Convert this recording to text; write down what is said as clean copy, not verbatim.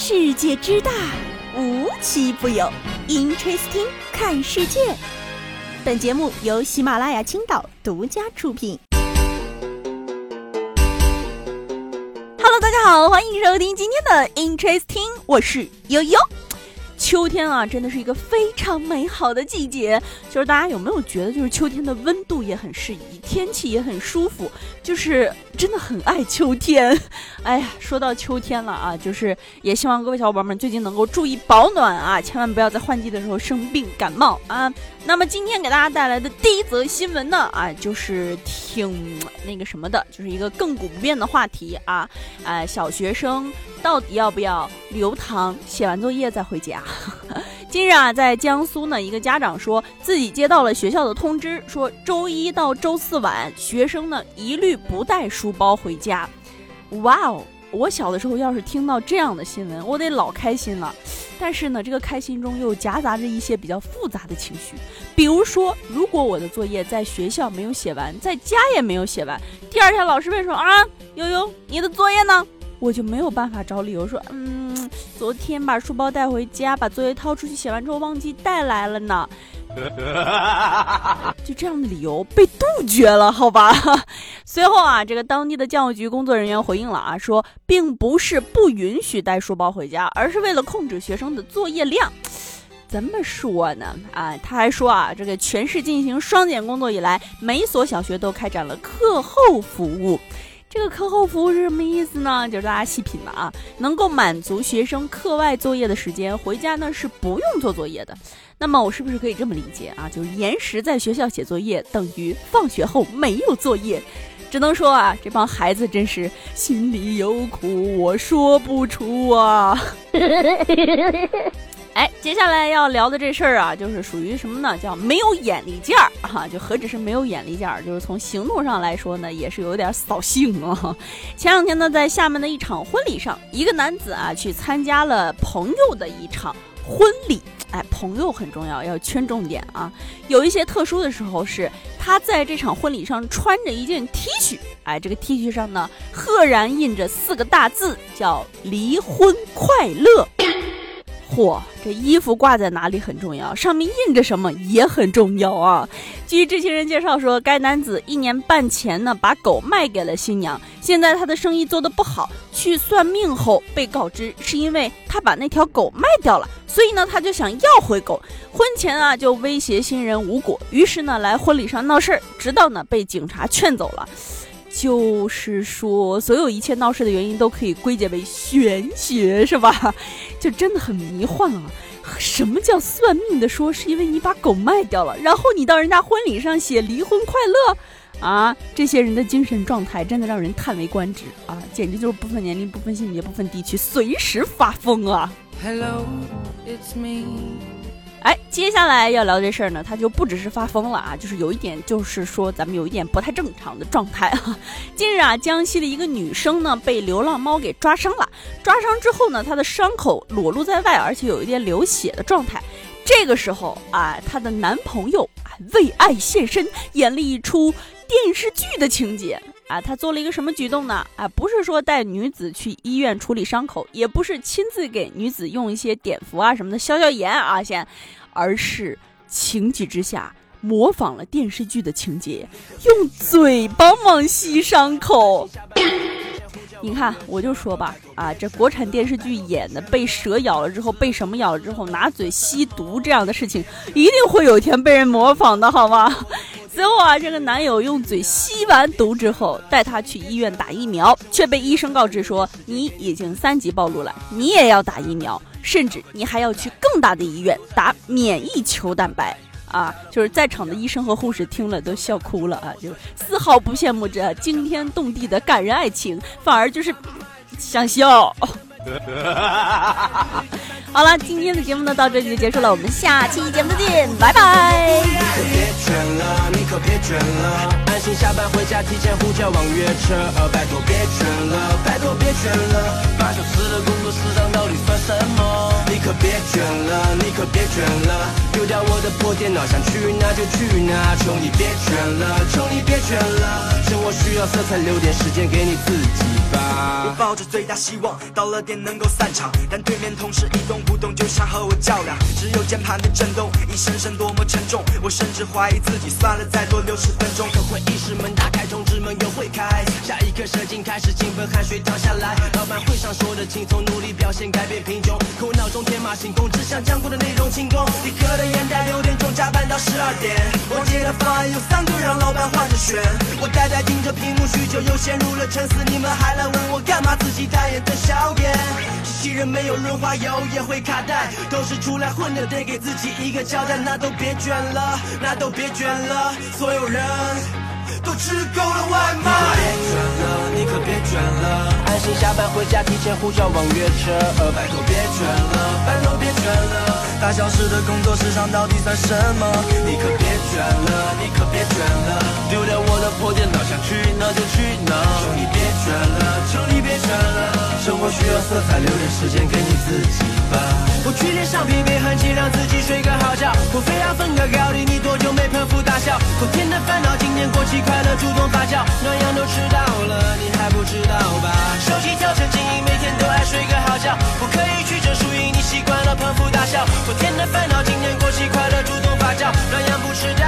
世界之大，无奇不有。Interesting 看世界。本节目由喜马拉雅青岛独家出品。Hello， 大家好，欢迎收听今天的 Interesting， 我是悠悠。秋天啊，真的是一个非常美好的季节。就是大家有没有觉得，就是秋天的温度也很适宜，天气也很舒服，就是真的很爱秋天。哎呀，说到秋天了啊，就是也希望各位小伙伴们最近能够注意保暖啊，千万不要在换季的时候生病感冒啊。那么今天给大家带来的第一则新闻呢，啊，就是挺那个什么的，就是一个亘古不变的话题啊，小学生到底要不要留堂，写完作业再回家？近日啊，在江苏呢，一个家长说自己接到了学校的通知，说周一到周四晚，学生呢一律不带书包回家。哇哦！我小的时候要是听到这样的新闻，我得老开心了。但是呢，这个开心中又夹杂着一些比较复杂的情绪。比如说，如果我的作业在学校没有写完，在家也没有写完，第二天老师会说啊，悠悠，你的作业呢？我就没有办法找理由说，昨天把书包带回家，把作业掏出去写完之后忘记带来了呢。就这样的理由被杜绝了，好吧。随后啊，这个当地的教育局工作人员回应了啊，说并不是不允许带书包回家，而是为了控制学生的作业量。怎么说呢？啊，他还说啊，这个全市进行双减工作以来，每所小学都开展了课后服务。这个课后服务是什么意思呢？就是大家细品了啊，能够满足学生课外作业的时间，回家呢是不用做作业的。那么我是不是可以这么理解啊？就是延时在学校写作业等于放学后没有作业。只能说啊，这帮孩子真是心里有苦我说不出啊。哎，接下来要聊的这事儿啊，就是属于什么呢？叫没有眼力劲儿啊！就何止是没有眼力劲儿，就是从行动上来说呢，也是有点扫兴啊。前两天呢，在厦门的一场婚礼上，一个男子啊去参加了朋友的一场婚礼。哎，朋友很重要，要圈重点啊。有一些特殊的时候是他在这场婚礼上穿着一件 T 恤，哎，这个 T 恤上呢赫然印着4个大字，叫离婚快乐。嚯，这衣服挂在哪里很重要，上面印着什么也很重要啊。据知情人介绍说，该男子1年半前呢把狗卖给了新娘，现在他的生意做得不好，去算命后被告知是因为他把那条狗卖掉了，所以呢他就想要回狗。婚前啊就威胁新人无果，于是呢来婚礼上闹事，直到呢被警察劝走了。就是说，所有一切闹事的原因都可以归结为玄学，是吧？就真的很迷幻啊！什么叫算命的说是因为你把狗卖掉了，然后你到人家婚礼上写离婚快乐啊？这些人的精神状态真的让人叹为观止啊！简直就是不分年龄、不分性别、不分地区，随时发疯啊 ！Hello, it's me。哎，接下来要聊这事儿呢，他就不只是发疯了啊，就是有一点，就是说咱们有一点不太正常的状态啊。近日啊，江西的一个女生呢被流浪猫给抓伤了，抓伤之后呢，她的伤口裸露在外，而且有一点流血的状态。这个时候啊，她的男朋友为爱献身，演了一出电视剧的情节。啊，他做了一个什么举动呢？啊，不是说带女子去医院处理伤口，也不是亲自给女子用一些碘伏啊什么的消消炎啊，而是情急之下模仿了电视剧的情节，用嘴帮忙吸伤口。你看，我就说吧，啊，这国产电视剧演的被蛇咬了之后，被什么咬了之后，拿嘴吸毒这样的事情，一定会有一天被人模仿的，好吗？随后啊，这个男友用嘴吸完毒之后，带她去医院打疫苗，却被医生告知说，你已经3级暴露了，你也要打疫苗，甚至你还要去更大的医院打免疫球蛋白。啊，就是在场的医生和护士听了都笑哭了啊，就丝毫不羡慕这惊天动地的感人爱情，反而就是想笑。好了，今天的节目呢到这里就结束了，我们下期节目再见，拜拜。你可别卷了，安心下班回家提前呼叫网约车，拜托别卷了，拜托别卷了，8小时的工作时长到底算什么？你可别卷了，你可别卷了，丢掉我的破电脑，想去哪就去哪，求你别卷了，求你别卷了，生活需要色彩，留点时间给你自己吧。 我抱着最大希望，到了点能够散场，但对面同事一动不动，就想和我较量。只有键盘的震动，一声声多么沉重，我甚至怀疑自己，算了，再多60分钟。 会议室门打开，通知门又会开，下一刻射精开始，兴奋汗水淌下来。老板会上说的轻松，努力表现改变贫穷，可我脑中天马行空，只想讲过的内容清空。 立刻的烟袋6点钟加班到12点，我接的方案有3个，让老板换着选。我呆呆盯着屏幕，许久又陷入了沉思。你们还来问我干嘛？自己代言的小点，机器人没有润滑油也会卡带，都是出来混的，得给自己一个交代。那都别卷了，那都别卷了，所有人都吃够了外卖。 你可别卷了，安心下班回家，提前呼叫网约车。 拜托别卷了，拜托别卷了，大小时的工作时长到底算什么？你可别卷了，你可别卷了， 丢掉我的破电脑，想去哪就去哪。 求你别卷了，求你别卷了，生活需要色彩，留点时间给你自己吧。 我去练上疲惫痕迹，让自己睡个好觉。我非要分个高低，你多久没喷腹大笑？昨天的烦恼，今年过期快乐主动发酵，暖阳都吃到了，你还不知道吧？手机调成静音，每天都爱睡个好觉。不可以曲折输赢，你习惯了喷腹大笑。昨天的烦恼，今年过期快乐主动发酵，暖阳不吃到。